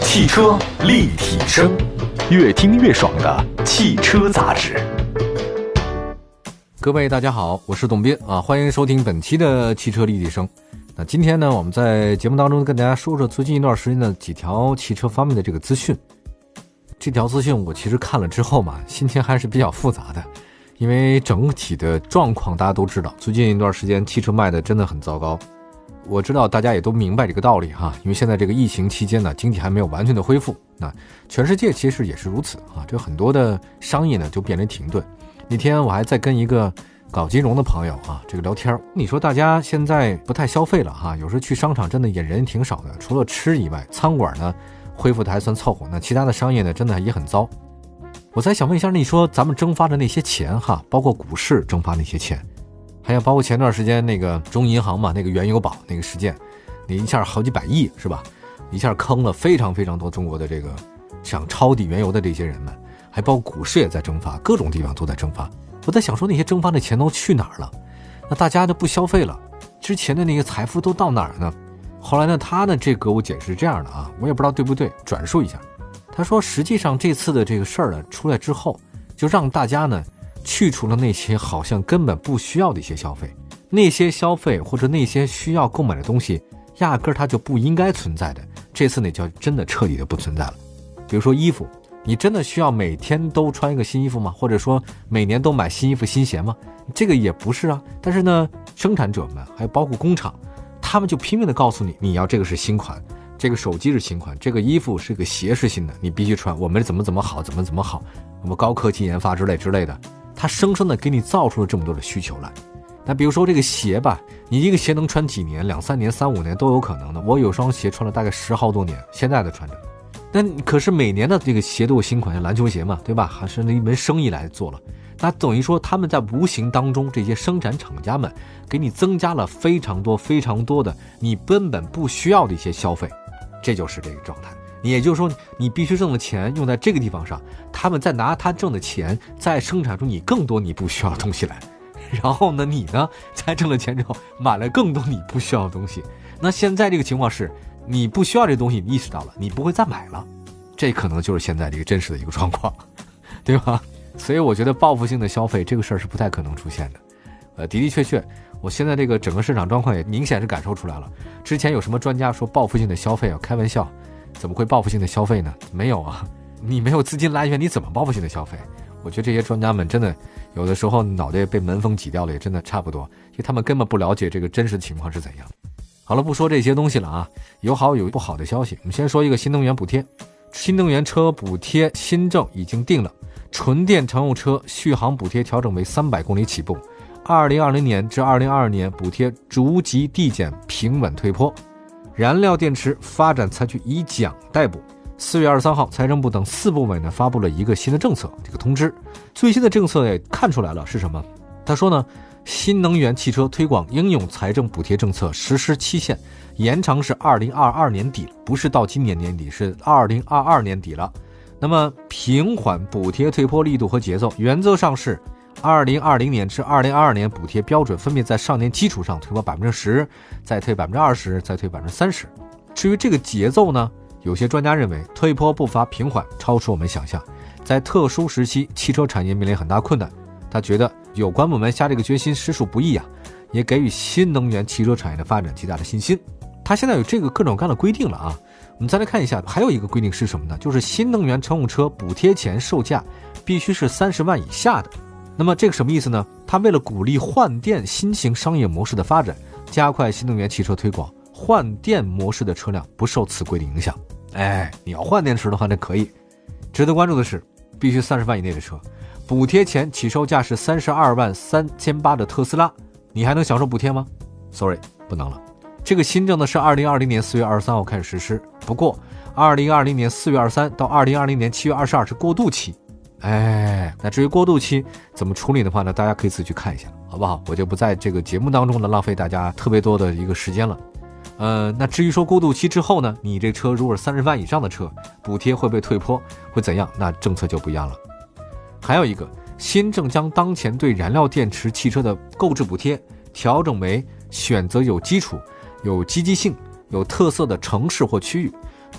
汽车立体声，越听越爽的汽车杂志。 各位大家好，我是董斌啊，欢迎收听本期的汽车立体声。那今天呢，我们在节目当中跟大家说说最近一段时间的几条汽车方面的这个资讯。这条资讯我其实看了之后嘛，心情还是比较复杂的，因为整体的状况大家都知道，最近一段时间汽车卖的真的很糟糕。我知道大家也都明白这个道理哈，因为现在这个疫情期间呢，经济还没有完全的恢复，那全世界其实也是如此啊，这很多的商业呢就变成停顿。那天我还在跟一个搞金融的朋友啊这个聊天，你说大家现在不太消费了哈，有时候去商场真的也人挺少的，除了吃以外，餐馆呢恢复的还算凑合，那其他的商业呢真的也很糟。我在想问一下，你说咱们蒸发的那些钱哈，包括股市蒸发那些钱，还有包括前段时间那个中银行嘛，那个原油宝那个事件，那一下好几百亿是吧，一下坑了非常非常多中国的这个想抄底原油的这些人们，还包括股市也在蒸发，各种地方都在蒸发。我在想说那些蒸发的钱都去哪儿了，那大家都不消费了，之前的那些财富都到哪儿呢？后来呢，他呢这给我解释这样的啊，我也不知道对不对，转述一下。他说实际上这次的这个事儿呢出来之后，就让大家呢去除了那些好像根本不需要的一些消费，那些消费或者那些需要购买的东西压根儿它就不应该存在的，这次呢就真的彻底的不存在了。比如说衣服，你真的需要每天都穿一个新衣服吗？或者说每年都买新衣服新鞋吗？这个也不是啊。但是呢，生产者们还有包括工厂，他们就拼命的告诉你，你要这个是新款，这个手机是新款，这个衣服是个鞋是新的，你必须穿，我们怎么好，怎么好，我们高科技研发之类的，他生生的给你造出了这么多的需求来。那比如说这个鞋吧，你一个鞋能穿几年，2、3年、3、5年都有可能的。我有双鞋穿了大概10好多年，现在都穿着。那可是每年的这个鞋都有新款，像篮球鞋嘛，对吧？还是那一门生意来做了。那等于说他们在无形当中，这些生产厂家们给你增加了非常多的你根本不需要的一些消费，这就是这个状态。也就是说，你必须挣的钱用在这个地方上，他们再拿他挣的钱再生产出你更多你不需要的东西来，然后呢，你呢再挣了钱之后买了更多你不需要的东西。那现在这个情况是，你不需要这东西，你意识到了，你不会再买了，这可能就是现在这个真实的一个状况，对吧？所以我觉得报复性的消费这个事儿是不太可能出现的。的确，我现在这个整个市场状况也明显是感受出来了。之前有什么专家说报复性的消费啊？开玩笑，怎么会报复性的消费呢？没有啊，你没有资金来源，你怎么报复性的消费？我觉得这些专家们真的有的时候脑袋被门风挤掉了，也真的差不多，因为他们根本不了解这个真实的情况是怎样。好了，不说这些东西了啊，有好有不好的消息。我们先说一个新能源补贴，新能源车补贴新政已经定了，纯电乘用车续航补贴调整为300公里起步，2020年至2022年补贴逐级递减，平稳退坡。燃料电池发展采取以奖代补。4月23号，财政部等4部委呢发布了一个新的政策，这个通知。最新的政策也看出来了是什么？他说呢，新能源汽车推广应用财政补贴政策实施期限延长是2022年底，不是到今年年底，是2022年底了。那么平缓补贴退坡力度和节奏，原则上是2020年至2022年补贴标准分别在上年基础上退坡10%，再退20%，再退30%。至于这个节奏呢，有些专家认为退坡步伐平缓，超出我们想象。在特殊时期，汽车产业面临很大困难。他觉得有关部门下这个决心实属不易啊，也给予新能源汽车产业的发展极大的信心。他现在有这个各种各样的规定了啊。我们再来看一下，还有一个规定是什么呢？就是新能源乘用车补贴前售价必须是30万以下的。那么这个什么意思呢？他为了鼓励换电新型商业模式的发展，加快新能源汽车推广，换电模式的车辆不受此规定影响。你要换电池的话，那可以。值得关注的是，必须30万以内的车，补贴前起售价是32万3800的特斯拉，你还能享受补贴吗？ Sorry， 不能了。这个新政呢是2020年4月23号开始实施，不过2020年4月23到2020年7月22是过渡期。那至于过渡期怎么处理的话呢，大家可以自己去看一下，好不好？我就不在这个节目当中呢浪费大家特别多的一个时间了。那至于说过渡期之后呢，你这车如果是30万以上的车，补贴会被退坡，会怎样？那政策就不一样了。还有一个，新政将当前对燃料电池汽车的购置补贴调整为选择有基础、有积极性、有特色的城市或区域，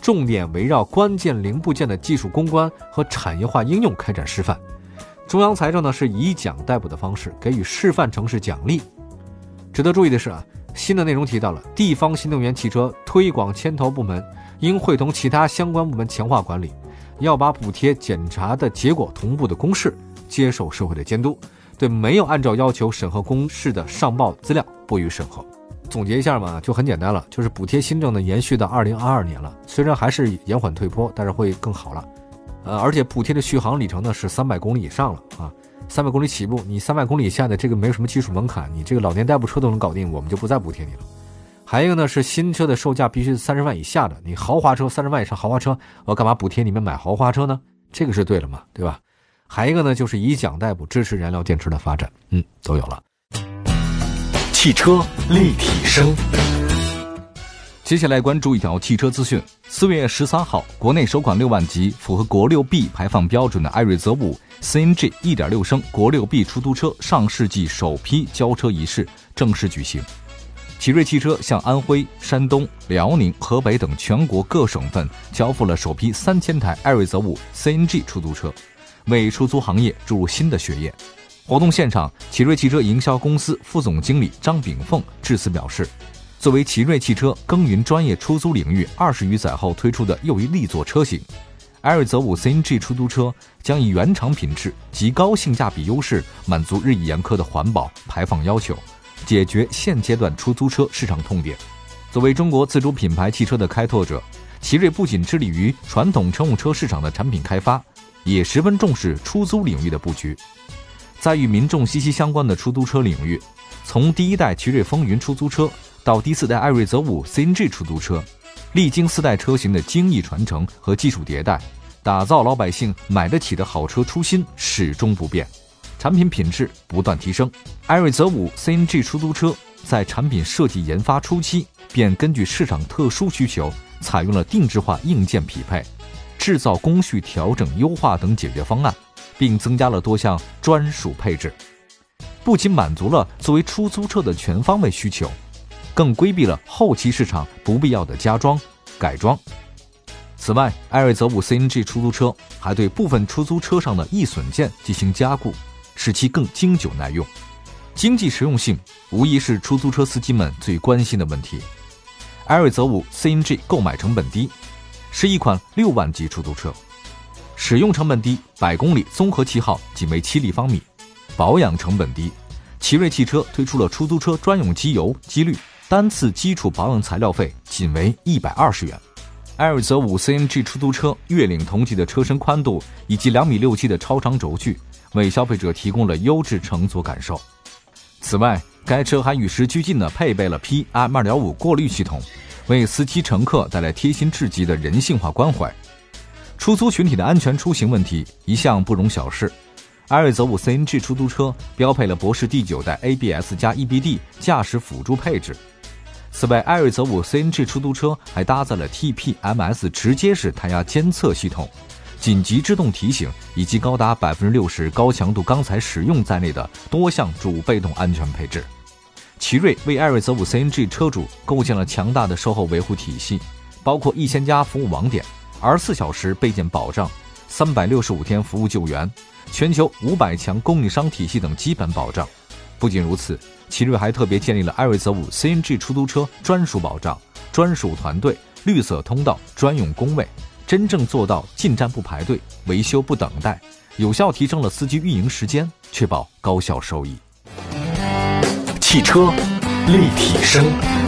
重点围绕关键零部件的技术攻关和产业化应用开展示范。中央财政呢是以奖代补的方式给予示范城市奖励。值得注意的是新的内容提到了地方新能源汽车推广牵头部门应会同其他相关部门强化管理，要把补贴检查的结果同步的公示，接受社会的监督，对没有按照要求审核公示的上报资料不予审核。总结一下嘛，就很简单了，就是补贴新政呢延续到2022年了，虽然还是延缓退坡，但是会更好了。而且补贴的续航里程呢是300公里以上了300公里起步，你300公里以下的这个没有什么技术门槛，你这个老年代步车都能搞定，我们就不再补贴你了。还有一个呢是新车的售价必须是30万以下的，你豪华车30万以上豪华车，我干嘛补贴你们买豪华车呢？这个是对了嘛，对吧？还有一个呢就是以奖代补支持燃料电池的发展，都有了。 汽车立体声。 接下来关注一条汽车资讯。4月13号，国内首款6万级符合国6B 排放标准的艾瑞泽5 CNG 1.6 升国6B 出租车上市季首批交车仪式正式举行。奇瑞汽车向安徽、山东、辽宁、河北等全国各省份交付了首批3000台艾瑞泽5 CNG 出租车，为出租行业注入新的血液。活动现场，奇瑞汽车营销公司副总经理张炳凤致辞表示，作为奇瑞汽车耕耘专业出租领域20余载后推出的又一力作车型，艾瑞泽5 CNG 出租车将以原厂品质及高性价比优势，满足日益严苛的环保排放要求，解决现阶段出租车市场痛点。作为中国自主品牌汽车的开拓者，奇瑞不仅致力于传统乘用车市场的产品开发，也十分重视出租领域的布局。在与民众息息相关的出租车领域，从第一代奇瑞风云出租车到第4代艾瑞泽5 CNG 出租车，历经4代车型的精益传承和技术迭代，打造老百姓买得起的好车初心始终不变，产品品质不断提升。艾瑞泽5 CNG 出租车在产品设计研发初期便根据市场特殊需求，采用了定制化硬件匹配、制造工序调整优化等解决方案，并增加了多项专属配置，不仅满足了作为出租车的全方位需求，更规避了后期市场不必要的加装、改装。此外，艾瑞泽5 CNG 出租车还对部分出租车上的易损件进行加固，使其更经久耐用。经济实用性无疑是出租车司机们最关心的问题。艾瑞泽5 CNG 购买成本低，是一款6万级出租车，使用成本低，100公里综合气耗仅为7立方米，保养成本低。奇瑞汽车推出了出租车专用机油、机滤，单次基础保养材料费仅为120元。艾瑞泽5 CNG 出租车月领同级的车身宽度以及2.67米的超长轴距，为消费者提供了优质乘坐感受。此外，该车还与时俱进地配备了 PM2.5 过滤系统，为司机乘客带来贴心至极的人性化关怀。出租群体的安全出行问题一向不容小视，艾瑞泽5 CNG 出租车标配了博世第9代 ABS 加 EBD 驾驶辅助配置。此外，艾瑞泽5 CNG 出租车还搭载了 TPMS 直接式胎压监测系统、紧急制动提醒以及高达 60% 高强度钢材使用在内的多项主被动安全配置。奇瑞为艾瑞泽5 CNG 车主构建了强大的售后维护体系，包括1000家服务网点、24小时备件保障、365天服务救援、全球500强供应商体系等基本保障。不仅如此，奇瑞还特别建立了艾瑞泽5 CNG 出租车专属保障、专属团队、绿色通道、专用工位，真正做到进站不排队、维修不等待，有效提升了司机运营时间，确保高效收益。 汽车立体声。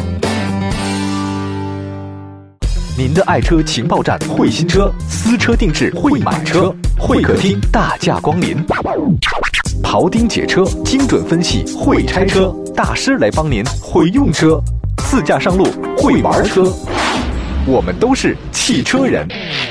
您的爱车情报站，会新车，私车定制，会买车，会客厅大驾光临，庖丁解车，精准分析，会拆车，大师来帮您会用车，自驾上路会玩车，我们都是汽车人。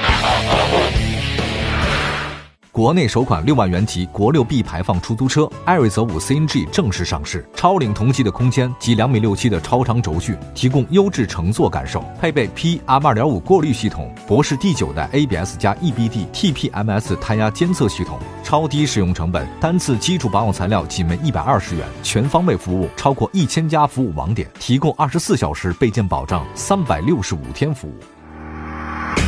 国内首款6万元级国6B 排放出租车艾瑞泽5 CNG 正式上市，超领同级的空间及2.67米的超长轴距，提供优质乘坐感受，配备 PM2.5 过滤系统、博世第9代 ABS 加 EBD TPMS 胎压监测系统，超低使用成本，单次基础保养材料仅为120元，全方位服务超过1000家服务网点，提供24小时备件保障，365天服务。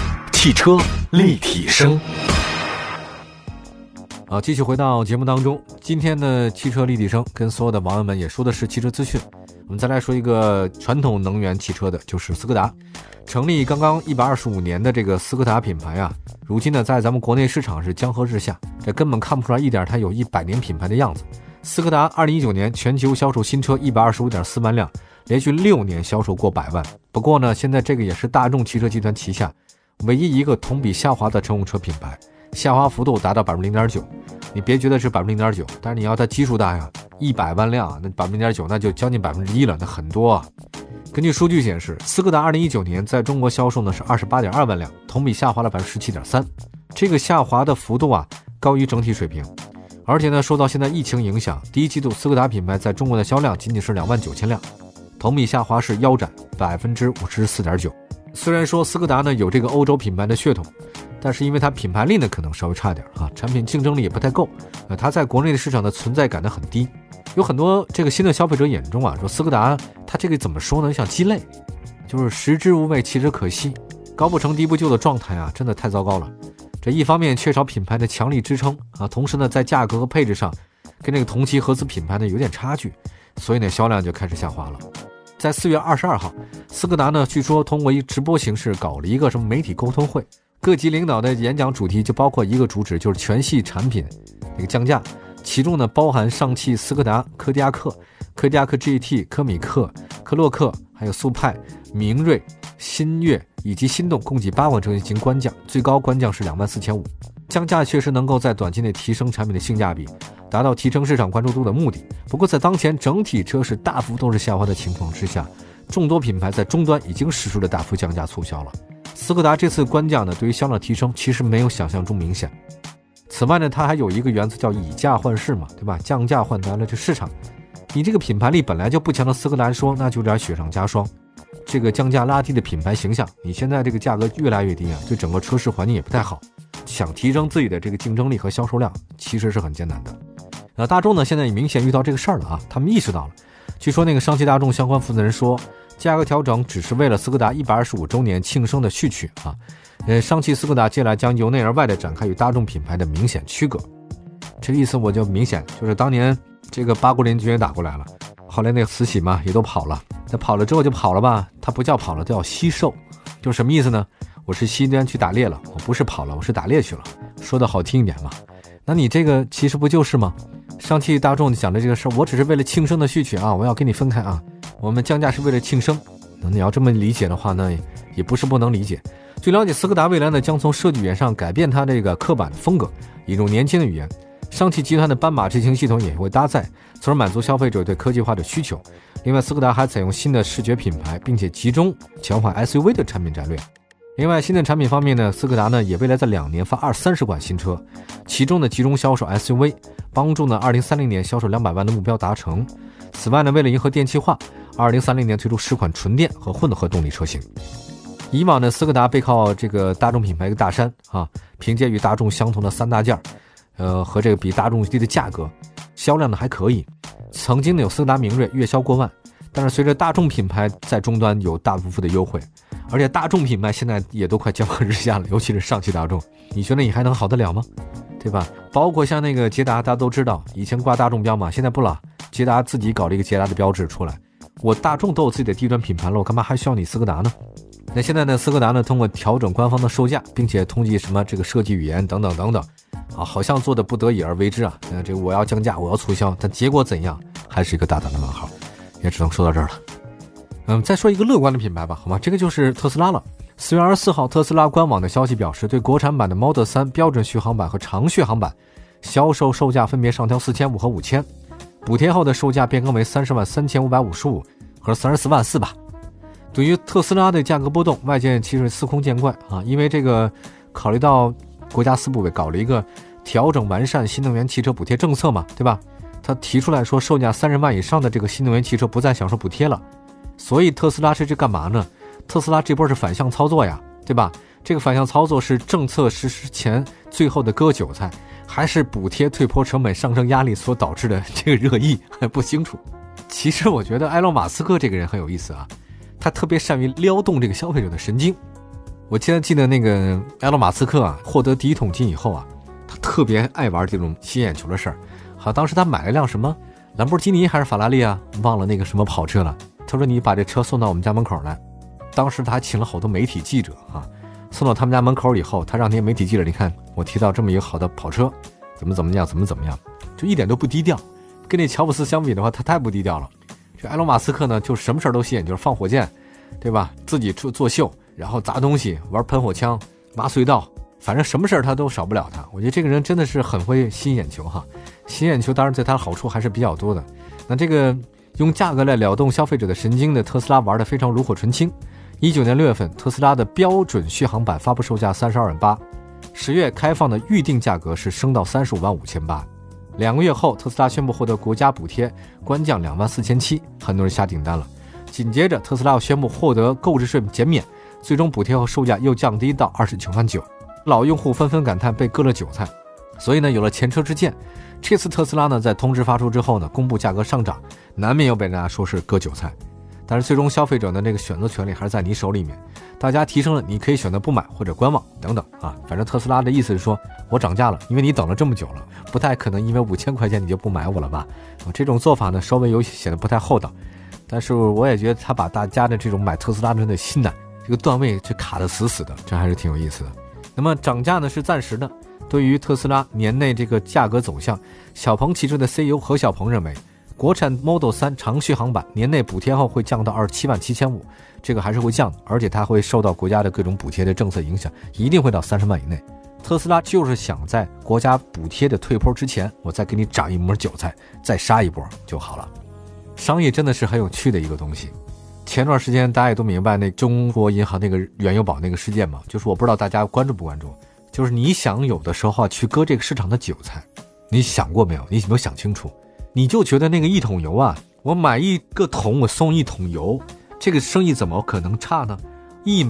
汽车立体声。 继续回到节目当中，今天的汽车立体声跟所有的网友们也说的是汽车资讯。我们再来说一个传统能源汽车的，就是斯柯达。成立刚刚125年的这个斯柯达品牌啊，如今呢在咱们国内市场是江河日下，这根本看不出来一点它有100年品牌的样子。斯柯达2019年全球销售新车125.4万辆，连续6年销售过100万。不过呢，现在这个也是大众汽车集团旗下唯一一个同比下滑的乘用车品牌，下滑幅度达到 0.9%。你别觉得是 0.9%， 但是你要它基数大呀，100万辆，那 0.9% 那就将近 1% 了，那很多啊。根据数据显示，斯柯达2019年在中国销售呢是 28.2 万辆，同比下滑了 17.3%。这个下滑的幅度啊高于整体水平。而且呢，受到现在疫情影响，第一季度斯柯达品牌在中国的销量仅仅是29000辆，同比下滑是腰斩 54.9%。虽然说斯柯达呢有这个欧洲品牌的血统，但是因为它品牌力呢可能稍微差点啊，产品竞争力也不太够，它在国内的市场的存在感呢很低。有很多这个新的消费者眼中啊，说斯柯达它这个怎么说呢，像鸡肋，就是食之无味弃之可惜，高不成低不就的状态啊，真的太糟糕了。这一方面缺少品牌的强力支撑啊，同时呢在价格和配置上跟这个同期合资品牌呢有点差距，所以呢销量就开始下滑了。在4月22号，斯柯达呢据说通过一直播形式搞了一个什么媒体沟通会，各级领导的演讲主题就包括一个主旨，就是全系产品这个降价，其中呢包含上汽斯柯达、柯迪亚克、柯迪亚克 GT、科米克、科洛克，还有速派、明锐、新悦以及心动，共计8款车型进行官降，最高官降是24500。降价确实能够在短期内提升产品的性价比，达到提升市场关注度的目的。不过在当前整体车市大幅都是下滑的情况之下，众多品牌在终端已经实施了大幅降价促销了。斯柯达这次官降呢，对于销量提升其实没有想象中明显。此外呢，它还有一个原则叫以价换市嘛，对吧？降价换来了这市场。你这个品牌力本来就不强的斯柯达说，那就有点雪上加霜。这个降价拉低的品牌形象，你现在这个价格越来越低啊，对整个车市环境也不太好。想提升自己的这个竞争力和销售量，其实是很艰难的。大众呢，现在也明显遇到这个事儿了啊，他们意识到了。据说那个上汽大众相关负责人说，价格调整只是为了斯柯达125周年庆生的序曲啊。上汽斯柯达接下来将由内而外的展开与大众品牌的明显区隔。这个意思我就明显，就是当年这个八国联军也打过来了，后来那个慈禧嘛也都跑了，那跑了之后就跑了吧，它不叫跑了，叫西狩，就是什么意思呢？我是西边去打猎了，我不是跑了，我是打猎去了，说的好听一点嘛。那你这个其实不就是吗？上汽大众讲的这个事，我只是为了庆生的序曲啊，我要跟你分开啊，我们降价是为了庆生。那你要这么理解的话呢，也不是不能理解。据了解，斯柯达未来呢将从设计语言上改变它这个刻板的风格，引入年轻的语言。上汽集团的斑马智行系统也会搭载，从而满足消费者对科技化的需求。另外，斯柯达还采用新的视觉品牌，并且集中强化 SUV 的产品战略。另外，新的产品方面呢，斯柯达呢也未来在2年发20-30款新车，其中呢集中销售 SUV， 帮助呢2030年销售200万的目标达成。此外呢，为了迎合电气化，2030年推出10款纯电和混合动力车型。以往呢，斯柯达背靠这个大众品牌一个大山啊，凭借与大众相同的3大件和这个比大众低的价格，销量呢还可以。曾经呢有斯柯达明锐月销过万，但是随着大众品牌在终端有大幅度的优惠，而且大众品牌现在也都快江河日下了，尤其是上汽大众，你觉得你还能好得了吗？对吧？包括像那个捷达，大家都知道以前挂大众标嘛，现在不了，捷达自己搞了一个捷达的标志出来，我大众都有自己的低端品牌了，我干嘛还需要你斯柯达呢？那现在呢，斯柯达呢通过调整官方的售价，并且通缉什么这个设计语言等等等等啊，好像做的不得已而为之啊，这个我要降价，我要促销，但结果怎样，还是一个大大的问号，也只能说到这儿了。再说一个乐观的品牌吧，好吗？这个就是特斯拉了。4月24号，特斯拉官网的消息表示，对国产版的 Model 3标准续航版和长续航版销售售价分别上调4500和5000，补贴后的售价变更为303555和34.4万吧。对于特斯拉的价格波动，外界其实司空见惯啊，因为这个考虑到国家4部委搞了一个调整完善新能源汽车补贴政策嘛，对吧？他提出来说，售价30万以上的这个新能源汽车不再享受补贴了。所以特斯拉这是干嘛呢？特斯拉这波是反向操作呀，对吧？这个反向操作是政策实施前最后的割韭菜，还是补贴退坡成本上升压力所导致的这个热议，还不清楚。其实我觉得埃隆·马斯克这个人很有意思啊，他特别善于撩动这个消费者的神经。 我记得那个埃隆·马斯克啊，获得第一桶金以后啊，他特别爱玩这种吸眼球的事儿。好，当时他买了辆什么兰博基尼还是法拉利啊，忘了那个什么跑车了。他说你把这车送到我们家门口来。当时他还请了好多媒体记者啊，送到他们家门口以后，他让那些媒体记者，你看我提到这么一个好的跑车，怎么样，就一点都不低调。跟那乔布斯相比的话，他太不低调了。这埃隆·马斯克呢，就什么事儿都吸眼球，放火箭，对吧？自己做秀，然后砸东西，玩喷火枪，挖隧道，反正什么事儿他都少不了他。我觉得这个人真的是很会吸引眼球哈。吸引眼球当然对他的好处还是比较多的。那这个用价格来撩动消费者的神经的特斯拉玩得非常炉火纯青。19年6月份，特斯拉的标准续航版发布售价32.8，10月开放的预定价格是升到35.5800，2个月后，特斯拉宣布获得国家补贴，官降24700，很多人下订单了。紧接着，特斯拉又宣布获得购置税减免，最终补贴后售价又降低到29.9万，老用户纷纷感叹被割了韭菜。所以呢，有了前车之鉴，这次特斯拉呢在通知发出之后呢，公布价格上涨，难免又被大家说是割韭菜。但是最终消费者的这个选择权利还是在你手里面，大家提升了，你可以选择不买或者观望等等啊。反正特斯拉的意思是说，我涨价了，因为你等了这么久了，不太可能因为5000块钱你就不买我了吧？这种做法呢，稍微有显得不太厚道。但是我也觉得他把大家的这种买特斯拉人的心呢，这个段位就卡得死死的，这还是挺有意思的。那么涨价呢是暂时的。对于特斯拉年内这个价格走向，小鹏汽车的 CEO 何小鹏认为，国产 Model 3长续航版年内补贴后会降到27.75万，这个还是会降的，而且它会受到国家的各种补贴的政策影响，一定会到30万以内。特斯拉就是想在国家补贴的退坡之前，我再给你长一模韭菜，再杀一波就好了。商业真的是很有趣的一个东西。前段时间大家也都明白那中国银行那个原油宝那个事件嘛，就是我不知道大家关注不关注，就是你想有的时候去割这个市场的韭菜，你想过没有？你有没有想清楚？你就觉得那个1桶油啊，我买1个桶我送1桶油，这个生意怎么可能差呢？$1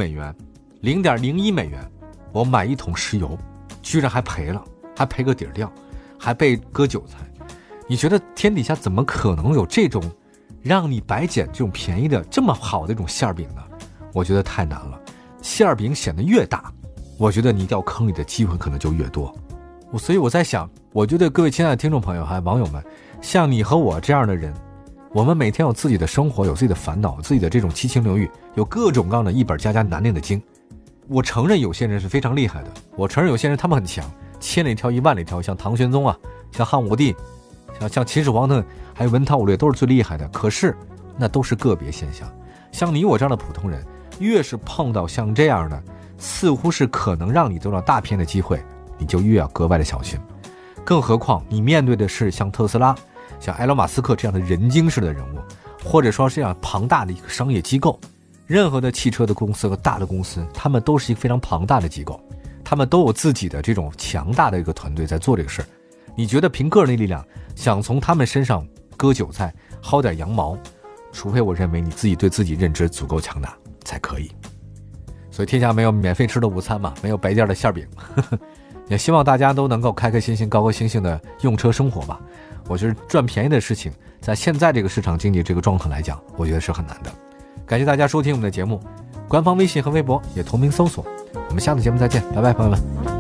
0.01美元，我买1桶石油，居然还赔了，还赔个底儿掉，还被割韭菜。你觉得天底下怎么可能有这种让你白捡这种便宜的这么好的一种馅饼呢？我觉得太难了。馅饼显得越大，我觉得你掉坑里的机会可能就越多。所以我在想，我觉得各位亲爱的听众朋友还有网友们，像你和我这样的人，我们每天有自己的生活，有自己的烦恼，有自己的这种七情六欲，有各种各样的一本家家难念的经。我承认有些人是非常厉害的，我承认有些人他们很强，千里挑一万里挑，像唐玄宗啊，像汉武帝，像秦始皇等，还有文韬武略都是最厉害的。可是那都是个别现象，像你我这样的普通人，越是碰到像这样的似乎是可能让你得到大片的机会，你就越要格外的小心。更何况你面对的是像特斯拉、像埃隆·马斯克这样的人精式的人物，或者说是这样庞大的一个商业机构。任何的汽车的公司和大的公司，他们都是一个非常庞大的机构，他们都有自己的这种强大的一个团队在做这个事儿。你觉得凭个人的力量想从他们身上割韭菜薅点羊毛，除非我认为你自己对自己认知足够强大才可以。所以天下没有免费吃的午餐嘛，没有白件的馅饼也希望大家都能够开开心心高高兴兴的用车生活吧。我觉得赚便宜的事情在现在这个市场经济这个状况来讲，我觉得是很难的。感谢大家收听我们的节目，官方微信和微博也同名搜索。我们下次节目再见，拜拜朋友们。